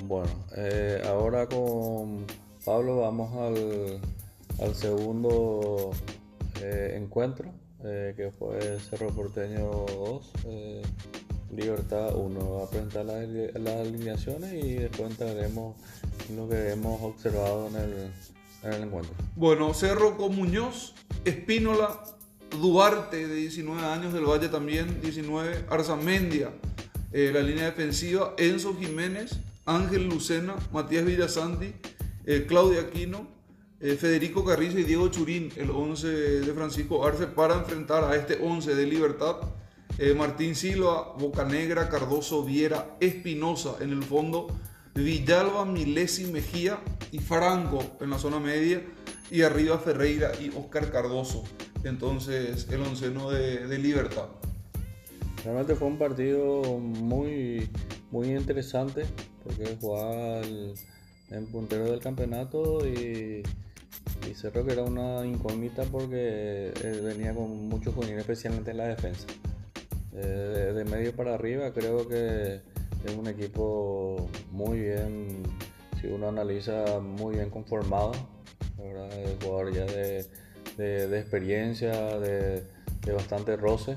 Bueno, ahora con Pablo vamos al segundo encuentro, que fue Cerro Porteño 2, Libertad 1. Va a presentar las alineaciones y después entraremos en lo que hemos observado en el encuentro. Bueno, Cerro con Muñoz, Espínola, Duarte de 19 años, del Valle también 19, Arzamendia, la línea defensiva, Enzo Jiménez, Ángel Lucena, Matías Villasanti, Claudia Aquino, Federico Carrizo y Diego Churín, el 11 de Francisco Arce, para enfrentar a este 11 de Libertad. Martín Silva, Bocanegra, Cardoso, Viera, Espinosa en el fondo, Villalba, Milesi, Mejía y Franco en la zona media, y arriba Ferreira y Oscar Cardoso. Entonces el onceno de Libertad. Realmente fue un partido muy interesante porque jugaba en puntero del campeonato y Cerro, que era una incógnita porque venía con muchos juveniles, especialmente en la defensa. De medio para arriba creo que es un equipo muy bien, si uno analiza, muy bien conformado, ¿verdad? El jugador ya de experiencia, de bastante roce,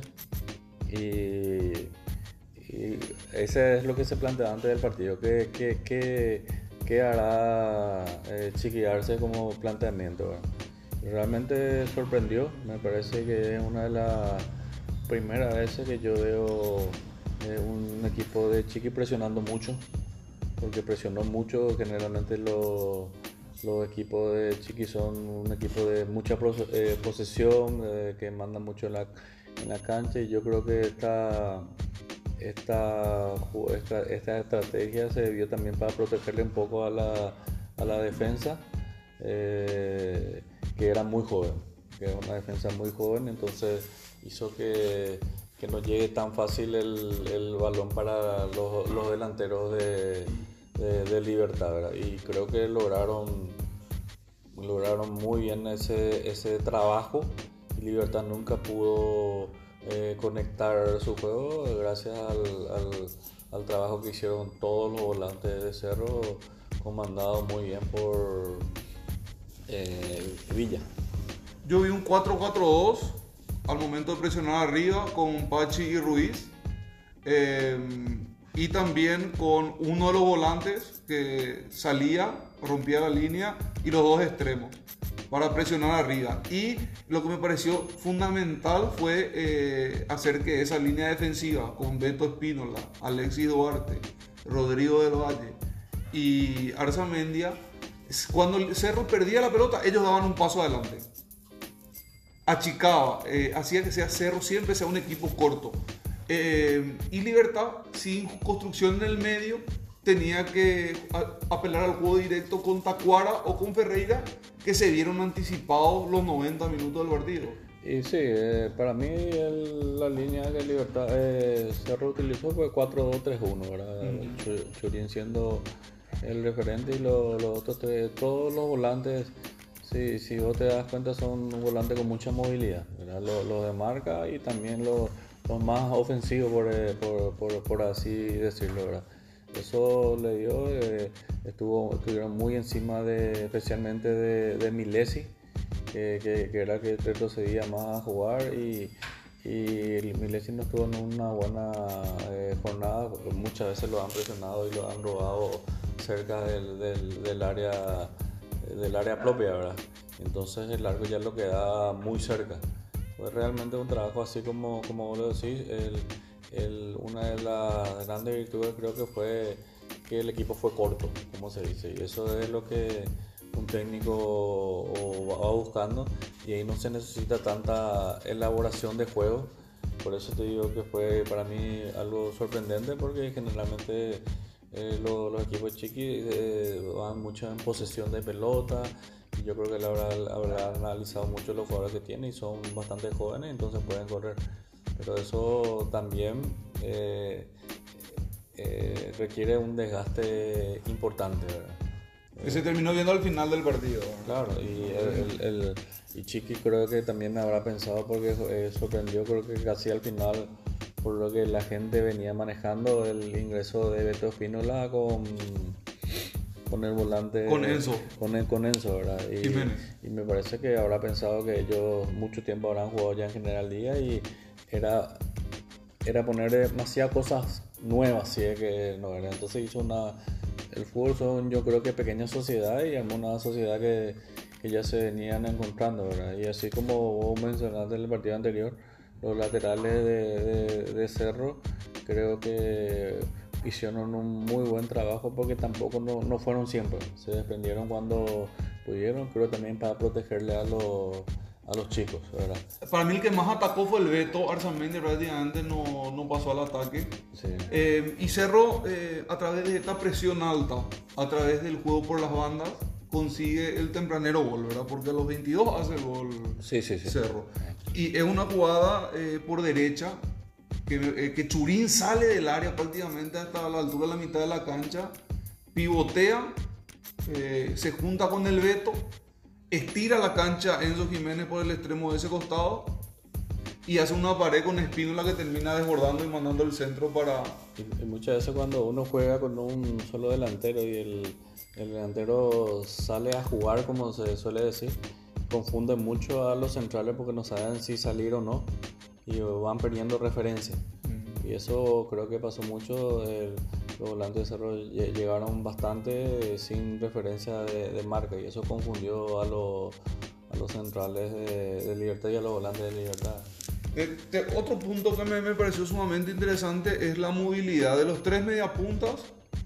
y ese es lo que se plantea antes del partido. ¿Qué hará Chiqui Arce como planteamiento, ¿verdad? Realmente sorprendió, me parece que es una de las primeras veces que yo veo un equipo de Chiqui presionando mucho, porque presionó mucho. Generalmente los equipos de Chiqui son un equipo de mucha posesión, que manda mucho en la cancha, y yo creo que esta estrategia se debió también para protegerle un poco a la defensa, que era muy joven, que era una defensa muy joven, entonces hizo que no llegue tan fácil el balón para los delanteros de Libertad, ¿verdad? Y creo que lograron muy bien ese trabajo, y Libertad nunca pudo conectar su juego gracias al trabajo que hicieron todos los volantes de Cerro, comandados muy bien por Villa. Yo vi un 4-4-2 al momento de presionar arriba con Pachi y Ruiz, y también con uno de los volantes que salía, rompía la línea, y los dos extremos para presionar arriba. Y lo que me pareció fundamental fue hacer que esa línea defensiva con Beto Espínola, Alexis Duarte, Rodrigo del Valle y Arzamendia, cuando el Cerro perdía la pelota, ellos daban un paso adelante, achicaba, hacía que Cerro siempre sea un equipo corto. Y Libertad, sin construcción en el medio, tenía que apelar al juego directo con Tacuara o con Ferreira, que se vieron anticipados los 90 minutos del partido. Y sí, para mí la línea de Libertad Cerro utilizó fue 4-2-3-1, ¿verdad? Churín siendo el referente, y los otros tres, todos los volantes, si vos te das cuenta, son un volante con mucha movilidad, ¿verdad? Los de marca y también los más ofensivos, por así decirlo, ¿verdad? Eso le dio, estuvieron muy encima especialmente de Milesi, que era que retrocedía más a jugar, y Milesi no estuvo en una buena jornada, porque muchas veces lo han presionado y lo han robado cerca del área propia, ¿verdad? Entonces el arco ya lo queda muy cerca. Fue realmente un trabajo, así como vos lo decís. Una de las grandes virtudes creo que fue que el equipo fue corto, como se dice, y eso es lo que un técnico va buscando, y ahí no se necesita tanta elaboración de juego. Por eso te digo que fue para mí algo sorprendente, porque generalmente los equipos chiquis van mucho en posesión de pelota, y yo creo que él habrá analizado mucho los jugadores que tiene, y son bastante jóvenes, entonces pueden correr. Pero eso también requiere un desgaste importante, ¿verdad? Que se terminó viendo al final del partido. Claro, y Chiqui creo que también habrá pensado, porque sorprendió, creo que casi al final, por lo que la gente venía manejando, el ingreso de Beto Espínola con el volante. Con Enzo. Con Enzo, ¿verdad? Jiménez. Y me parece que habrá pensado que ellos mucho tiempo habrán jugado ya en General Liga y era poner demasiadas cosas nuevas, si es que no era. Entonces el fútbol son, yo creo que pequeñas sociedades y armó una sociedad que ya se venían encontrando, ¿verdad? Y así como vos mencionaste en el partido anterior, los laterales de Cerro creo que hicieron un muy buen trabajo porque tampoco no fueron siempre, se desprendieron cuando pudieron, creo también para protegerle a los chicos, ¿verdad? Para mí el que más atacó fue el Beto. Arzamendi prácticamente no pasó al ataque. Sí. Y Cerro, a través de esta presión alta, a través del juego por las bandas, consigue el tempranero gol, ¿verdad? Porque a los 22 hace el gol Sí. Cerro. Y es una jugada por derecha que Churín sale del área prácticamente hasta la altura de la mitad de la cancha, pivotea, se junta con el Beto, estira la cancha Enzo Jiménez por el extremo de ese costado y hace una pared con Espínola que termina desbordando y mandando el centro para... Y muchas veces cuando uno juega con un solo delantero y el delantero sale a jugar, como se suele decir, confunde mucho a los centrales porque no saben si salir o no y van perdiendo referencia. Y eso creo que pasó mucho. Los volantes de Cerro llegaron bastante sin referencia de marca y eso confundió a los centrales de Libertad y a los volantes de Libertad. Otro punto que me pareció sumamente interesante es la movilidad de los tres mediapuntas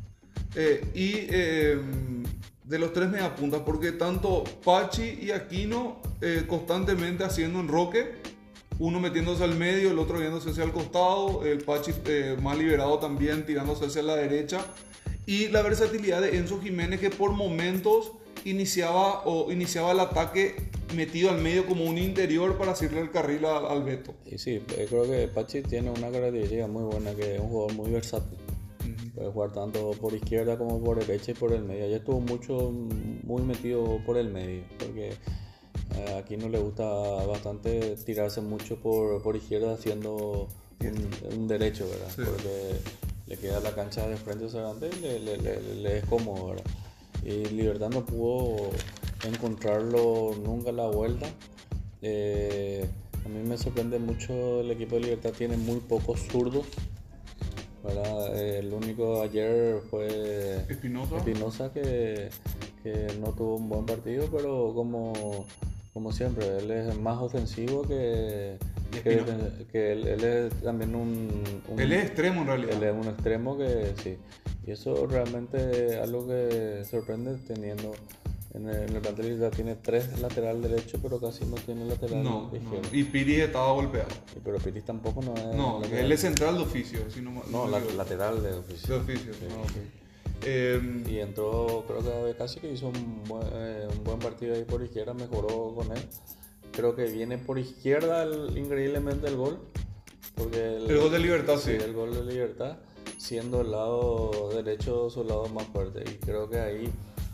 de los tres mediapuntas, porque tanto Pachi y Aquino constantemente haciendo enroque, uno metiéndose al medio, el otro yéndose hacia el costado, el Pachi más liberado también tirándose hacia la derecha, y la versatilidad de Enzo Jiménez que por momentos iniciaba el ataque metido al medio como un interior para hacerle el carril al Beto. Y sí, creo que Pachi tiene una característica muy buena, que es un jugador muy versátil. Puede jugar tanto por izquierda como por derecha y por el medio. Ya estuvo muy metido por el medio, porque aquí no le gusta bastante tirarse mucho por izquierda haciendo un derecho, ¿verdad? Sí. Porque le queda la cancha de frente hacia adelante y le es cómodo, ¿verdad? Y Libertad no pudo encontrarlo nunca a la vuelta. A mí me sorprende mucho, el equipo de Libertad tiene muy pocos zurdos, ¿verdad? El único ayer fue Espinosa que no tuvo un buen partido, pero como siempre, él es más ofensivo que él es también él es extremo en realidad. Él es un extremo que sí. Y eso realmente es algo que sorprende teniendo en el plantel ya tiene 3 lateral derecho, pero casi no tiene lateral izquierdo. No. Y Piris estaba golpeado. Pero Piris tampoco no es... No, él es central de oficio. Lateral de oficio. De oficio, sí. Okay. Y entró, creo que casi que hizo un buen partido ahí por izquierda, mejoró con él. Creo que viene por izquierda increíblemente el gol. Porque el gol de Libertad, sí. El gol de Libertad, siendo el lado derecho su lado más fuerte. Y creo que ahí,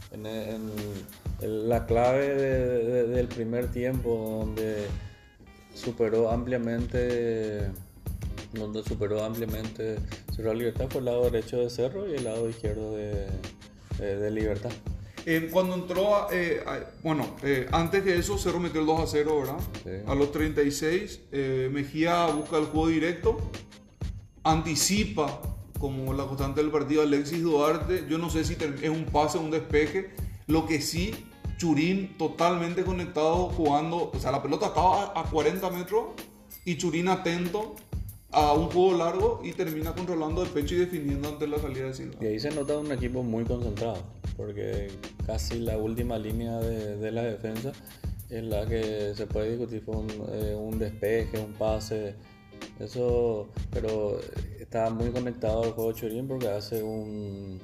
en la clave del primer tiempo, donde superó ampliamente Cerro Libertad, fue el lado derecho de Cerro y el lado izquierdo de Libertad. Cuando entró, antes que eso, Cerro metió el 2-0, ¿verdad? Sí. A los 36, Mejía busca el juego directo, anticipa, como la constante del partido, Alexis Duarte. Yo no sé si es un pase o un despeje. Lo que sí, Churín totalmente conectado, jugando. O sea, la pelota estaba a 40 metros y Churín atento a un juego largo y termina controlando de pecho y definiendo ante la salida de Silva. Y ahí se nota un equipo muy concentrado, porque casi la última línea de la defensa es la que se puede discutir por un despeje, un pase, eso, pero está muy conectado al juego de Churín porque hace un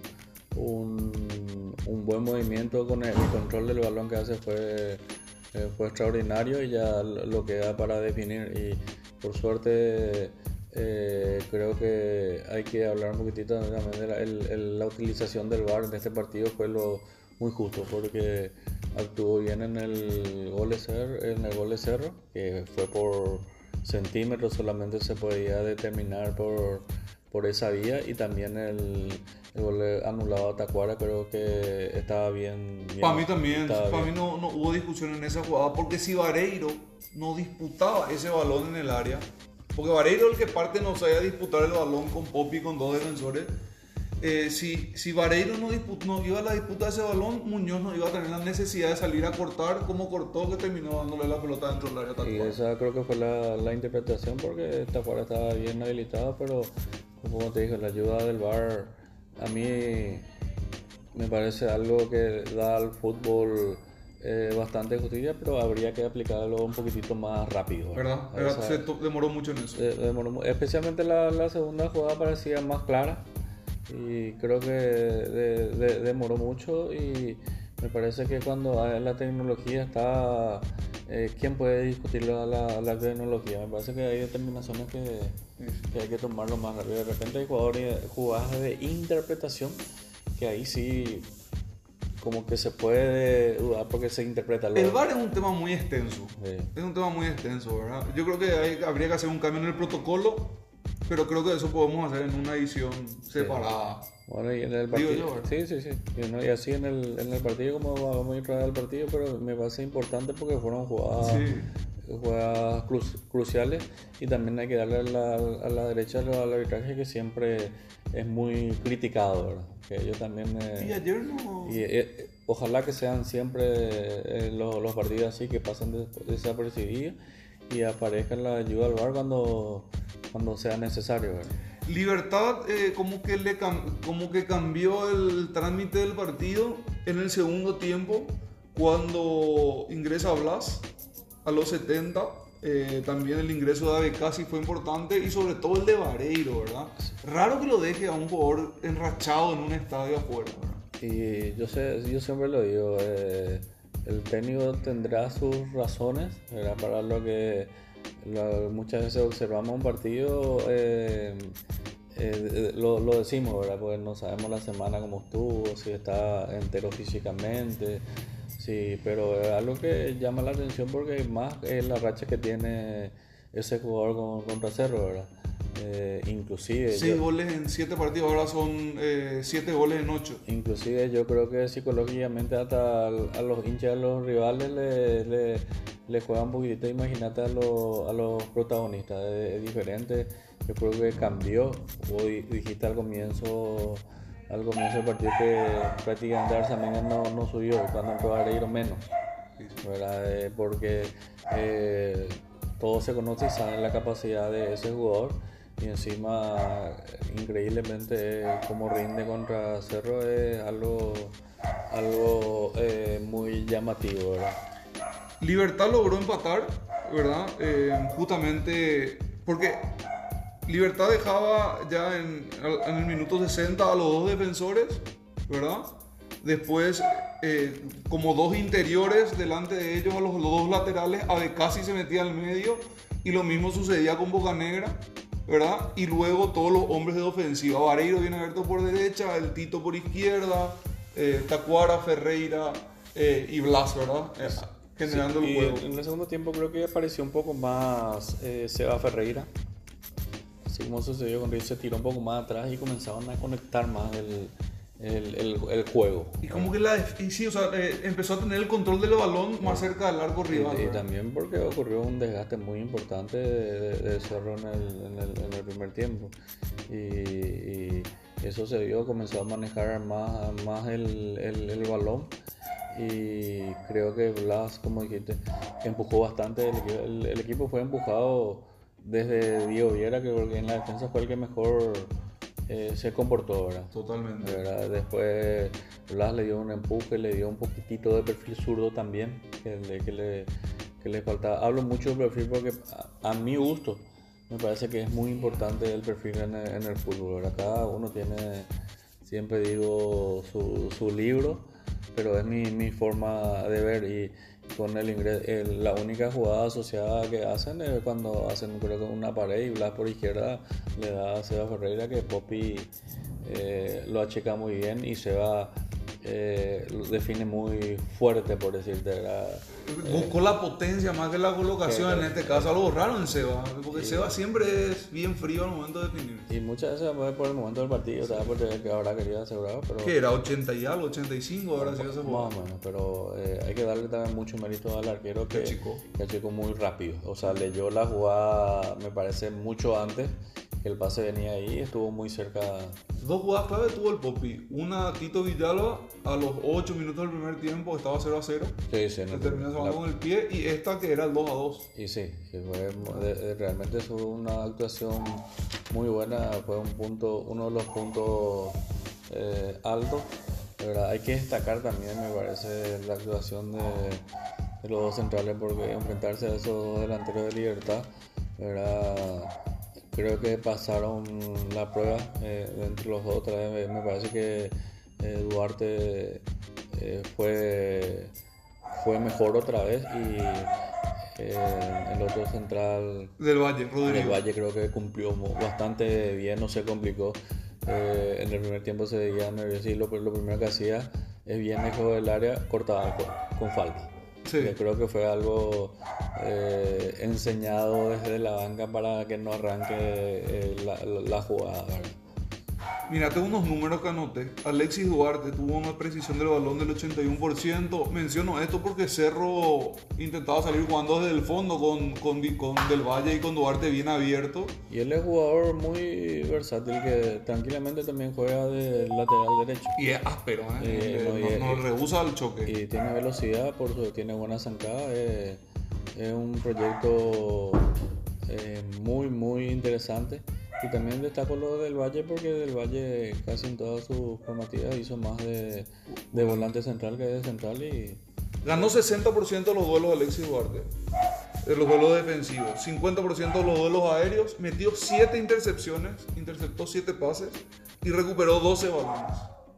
buen movimiento con el control del balón que hace fue extraordinario y ya lo queda para definir. Y por suerte creo que hay que hablar un poquitito también de la utilización del VAR en este partido. Fue muy justo porque actuó bien en el gol de Cerro, que fue por centímetros, solamente se podía determinar por por esa vía, y también el gol anulado a Tacuara creo que estaba bien. Para mí también, estaba para bien. mí no hubo discusión en esa jugada, porque si Vareiro no disputaba ese balón en el área, porque Vareiro es el que parte no sabía disputar el balón con Popi y con dos defensores. Si Vareiro no iba a la disputa de ese balón, Muñoz no iba a tener la necesidad de salir a cortar como cortó, que terminó dándole la pelota dentro del área. Tal Y cual. esa creo que fue la interpretación, porque Tacuara estaba bien habilitado, pero como te dije, la ayuda del VAR a mí me parece algo que da al fútbol bastante justicia, pero habría que aplicarlo un poquitito más rápido, ¿Verdad? Esa- Se demoró mucho en eso. especialmente la segunda jugada parecía más clara, y creo que demoró mucho, y me parece que cuando la tecnología está, ¿quién puede discutir la tecnología? Me parece que hay determinaciones que hay que tomarlo más rápido. De repente hay jugadas de interpretación que ahí sí como que se puede dudar porque se interpreta El VAR es un tema muy extenso. Sí. Es un tema muy extenso, ¿verdad? Yo creo que habría que hacer un cambio en el protocolo, pero creo que eso podemos hacer en una edición separada. Bueno, y en el Digo partido, yo, ¿verdad? sí. Y así en el partido, como vamos a ir al partido, pero me parece importante porque fueron jugadas, Sí. cruciales, y también hay que darle a la derecha al arbitraje, que siempre es muy criticado, ¿verdad? Que ellos también... Y ayer no. ojalá que sean siempre los partidos así, que pasen desapercibidos y aparezca la ayuda al VAR cuando sea necesario, ¿verdad? Libertad como que cambió el trámite del partido en el segundo tiempo cuando ingresa Blas a los 70. También el ingreso de Abecasi fue importante, y sobre todo el de Vareiro, ¿verdad? Raro que lo deje a un jugador enrachado en un estadio afuera, ¿verdad? Y yo siempre lo digo, el técnico tendrá sus razones, ¿verdad? Para muchas veces observamos un partido, lo decimos, ¿verdad? Porque no sabemos la semana cómo estuvo, si está entero físicamente, sí, pero es algo que llama la atención porque más es la racha que tiene ese jugador contra Cerro, ¿verdad? Inclusive 6 goles en 7 partidos, ahora son 7 goles en 8. Inclusive yo creo que psicológicamente hasta a los hinchas de los rivales le juega un poquitito. Imagínate a los protagonistas, es diferente. Yo creo que cambió. Hoy dijiste al comienzo del partido que prácticamente Arzamendi no subió, cuando entró Vareiro menos, ¿verdad? Porque todo se conoce y sabe la capacidad de ese jugador, y encima increíblemente como rinde contra Cerro es algo muy llamativo, ¿verdad? Libertad logró empatar, ¿verdad? Justamente porque Libertad dejaba ya en el minuto 60 a los dos defensores, ¿verdad? Después, como dos interiores delante de ellos, a los dos laterales, Abecasi se metía al medio, y lo mismo sucedía con Bocanegra, ¿verdad? Y luego todos los hombres de ofensiva. Vareiro viene abierto por derecha, el Tito por izquierda, Tacuara, Ferreira y Blas, ¿verdad? Generando Sí, el juego. en el segundo tiempo creo que apareció un poco más Seba Ferreira. Así como sucedió con Riz, se tiró un poco más atrás y comenzaron a conectar más el juego. Y como que sí, o sea, empezó a tener el control del balón más cerca del arco rival. Y ¿verdad? también porque ocurrió un desgaste muy importante de Cerro en el primer tiempo. Y eso se vio, comenzó a manejar más el balón. Y creo que Blas, como dijiste, empujó bastante. El equipo fue empujado desde Diego Viera, que creo que en la defensa fue el que mejor se comportó, ¿verdad? Totalmente. ¿Verdad? Después Blas le dio un empuje, le dio un poquitito de perfil zurdo también, que le faltaba. Hablo mucho del perfil porque a mi gusto me parece que es muy importante el perfil en el fútbol, ¿verdad? Cada uno tiene, siempre digo, su libro, pero es mi forma de ver. Y con el ingreso, la única jugada asociada que hacen es cuando hacen, creo que una pared, y Blas por izquierda le da a Seba Ferreira, que Popi lo achica muy bien, y Seba lo define muy fuerte, por decirte, ¿verdad? Buscó la potencia más que la colocación en este caso, algo raro en Seba, porque Seba siempre es bien frío al momento de definir. Y muchas veces fue por el momento del partido, ¿sabes? Porque que habrá querido asegurar, pero... ¿Qué era? 80 y algo, 85 ahora sí ese juego. Más o menos, pero hay que darle también mucho mérito al arquero que achicó muy rápido. O sea, leyó la jugada, me parece, mucho antes que el pase venía ahí, estuvo muy cerca. Dos jugadas clave tuvo el Popi. Una, Tito Villalba, a los 8 minutos del primer tiempo, estaba 0-0. Sí, sí. Se terminó salvando con el pie. Y esta que era el 2-2. Y sí, realmente fue una actuación muy buena. Fue uno de los puntos altos. ¿Verdad? Hay que destacar también, me parece, la actuación de los dos centrales, porque enfrentarse a esos dos delanteros de Libertad, ¿verdad? Creo que pasaron la prueba entre los dos otra vez. Me parece que Duarte fue mejor otra vez, y el otro central del Valle creo que cumplió bastante bien, no se complicó. En el primer tiempo se veía nerviosismo, pero lo primero que hacía es bien lejos del área, cortaba con falta. Sí. Yo creo que fue algo enseñado desde la banca para que no arranque la jugada, ¿verdad? Mira, tengo unos números que anoté. Alexis Duarte tuvo una precisión del balón del 81%. Menciono esto porque Cerro intentaba salir jugando desde el fondo con Del Valle y con Duarte bien abierto. Y él es jugador muy versátil que tranquilamente también juega de lateral derecho. Y es áspero, no rehúsa el choque. Y tiene velocidad, tiene buena zancada. Es un proyecto muy, muy interesante. Y también destaco lo del Valle, porque Del Valle casi en todas sus formativas hizo más de volante central que de central, y ganó 60% de los duelos de Alexis Duarte, de los duelos defensivos, 50% de los duelos aéreos, metió 7 intercepciones, interceptó 7 pases y recuperó 12 balones.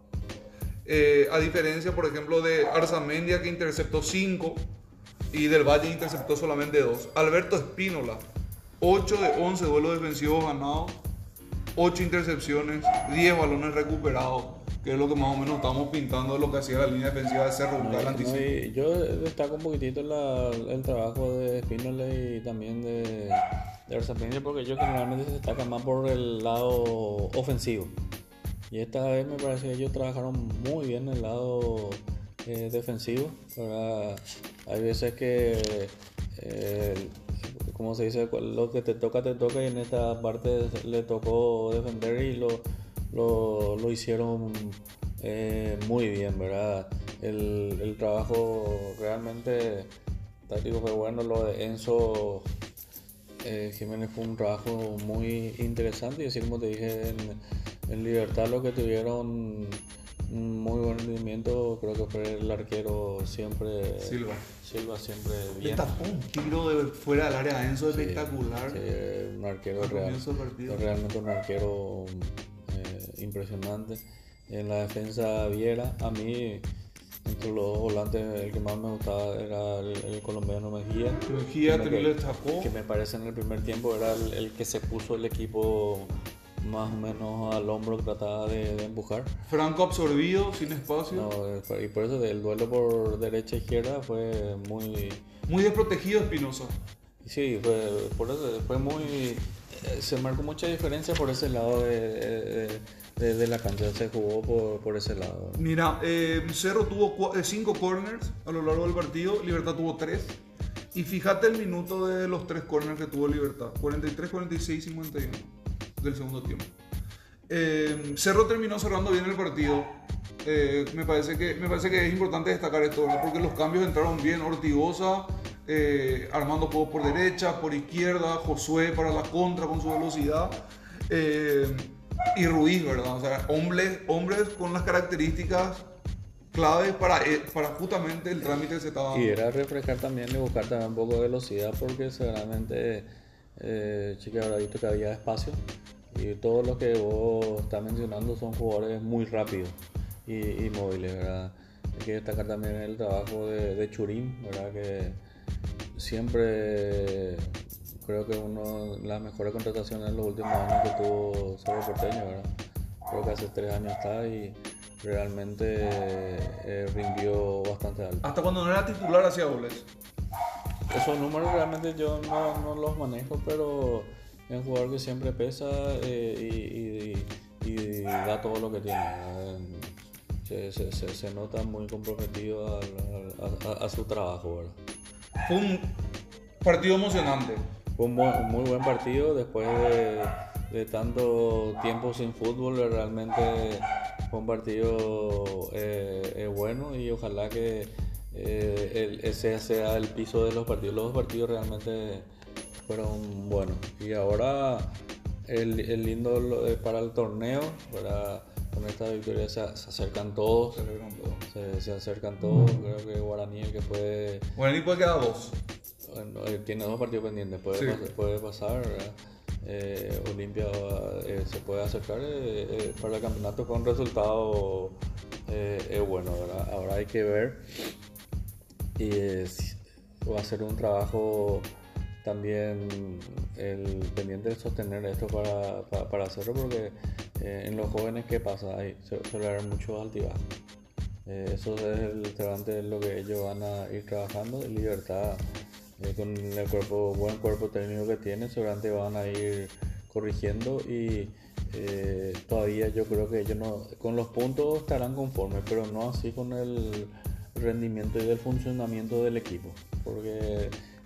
A diferencia, por ejemplo, de Arzamendia, que interceptó 5 y Del Valle interceptó solamente 2. Alberto Espínola, 8 de 11 duelos defensivos ganados, 8 intercepciones, 10 balones recuperados, que es lo que más o menos estamos pintando de lo que hacía la línea defensiva de Cerro. Yo destaco un poquitito el trabajo de Espínola y también de Arzamendia, porque ellos generalmente se destacan más por el lado ofensivo. Y esta vez me parece que ellos trabajaron muy bien el lado defensivo, ¿verdad? Hay veces que... como se dice, lo que te toca, y en esta parte le tocó defender y lo hicieron muy bien, ¿verdad? El trabajo realmente táctico fue bueno. Lo de Enzo Jiménez fue un trabajo muy interesante, y así como te dije, en Libertad lo que tuvieron un muy buen rendimiento, creo que fue el arquero siempre Silva siempre bien. Le tapó un tiro de fuera del área a Enzo, espectacular. Sí, un arquero realmente un arquero impresionante. En la defensa Viera, a mí entre los dos volantes el que más me gustaba era el colombiano Mejía, también le destacó, que me parece en el primer tiempo era el que se puso el equipo más o menos al hombro, que trataba de empujar. Franco absorbido, sin espacio. Y por eso el duelo por derecha e izquierda fue muy desprotegido Espinosa. Sí, por eso fue muy... se marcó mucha diferencia por ese lado de la cancha, se jugó por ese lado. Mira, Cerro tuvo 5 corners a lo largo del partido, Libertad tuvo 3. Y fíjate el minuto de los 3 corners que tuvo Libertad: 43, 46, 51 del segundo tiempo. Cerro terminó cerrando bien el partido. Me parece que es importante destacar esto, ¿verdad? Porque los cambios entraron bien. Ortigosa armando juegos por derecha, por izquierda, Josué para la contra con su velocidad, y Ruiz, ¿verdad? O sea, hombres con las características claves para justamente el trámite que se estaba dando. Y era refrescar también y buscar también un poco de velocidad, porque seguramente Chiqui habrá visto que había espacio, y todos los que vos estás mencionando son jugadores muy rápidos y móviles, ¿verdad? Hay que destacar también el trabajo de Churín, ¿verdad? Que siempre creo que uno de las mejores contrataciones en los últimos años que tuvo Cerro Porteño, ¿verdad? Creo que hace 3 años está, y realmente rindió bastante alto. Hasta cuando no era titular hacía goles. Esos números realmente yo no los manejo, pero es un jugador que siempre pesa y da todo lo que tiene. Se nota muy comprometido a su trabajo, ¿verdad? Fue un partido emocionante. Fue un muy buen partido después de tanto tiempo sin fútbol. Realmente fue un partido bueno y ojalá que ese sea el piso de los partidos. Los dos partidos realmente fueron buenos. Y ahora el lindo para el torneo, con esta victoria se acercan todos. Se acercan todos. Creo que Guaraní el que puede... Guaraní puede quedar 2. Bueno, tiene 2 partidos pendientes, puede pasar, ¿verdad? Olimpia se puede acercar para el campeonato con resultado bueno, ¿verdad? Ahora hay que ver y va a ser un trabajo también el pendiente de sostener esto para hacerlo, porque en los jóvenes ¿qué pasa? Suele haber muchos altibajos. Eso es literalmente lo que ellos van a ir trabajando de libertad. Con el buen cuerpo técnico que tienen, seguramente van a ir corrigiendo y todavía yo creo que ellos con los puntos estarán conformes, pero no así con el rendimiento y el funcionamiento del equipo, porque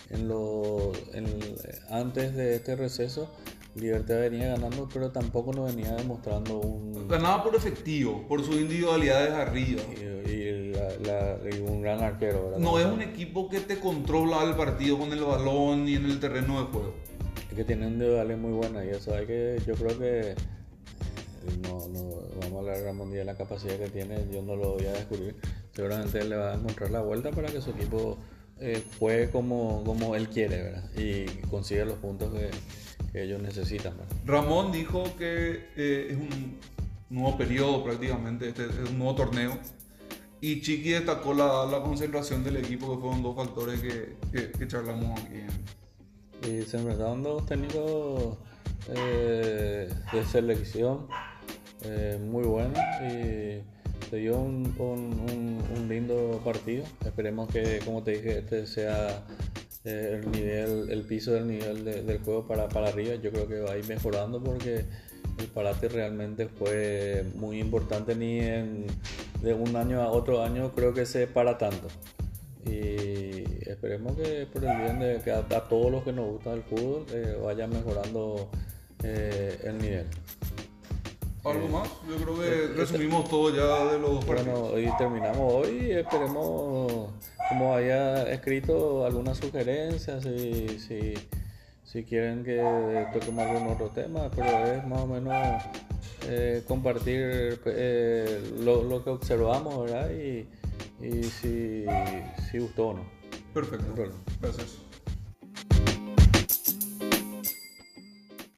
antes de este receso Libertad venía ganando, pero tampoco nos venía demostrando ganaba por efectivo, por sus individualidades arriba y un gran arquero, ¿verdad? No es un equipo que te controla el partido con el balón y en el terreno de juego. Es que tienen individuales muy buenas y eso yo creo que no vamos a hablar de Ramón Díaz de la capacidad que tiene, yo no lo voy a descubrir. Seguramente él le va a encontrar la vuelta para que su equipo juegue como él quiere, ¿verdad? Y consiga los puntos que ellos necesitan, ¿verdad? Ramón dijo que es un nuevo periodo prácticamente, este es un nuevo torneo, y Chiqui destacó la concentración del equipo, que fueron 2 factores que charlamos aquí. Y se enfrentaron 2 técnicos de selección muy buenos y se dio un lindo partido. Esperemos que, como te dije, este sea el piso del nivel del juego para arriba. Yo creo que va a ir mejorando porque el parate realmente fue muy importante. Ni de un año a otro año creo que se para tanto. Y esperemos que por el bien de que a todos los que nos gusta el fútbol vaya mejorando el nivel. ¿Algo más? Yo creo que resumimos todo ya de los 2 partidos. Bueno, y terminamos hoy. Esperemos, como haya escrito, algunas sugerencias, si quieren que toquemos algún otro tema, pero es más o menos compartir lo que observamos, ¿verdad? Y si gustó o no. Perfecto. Gracias.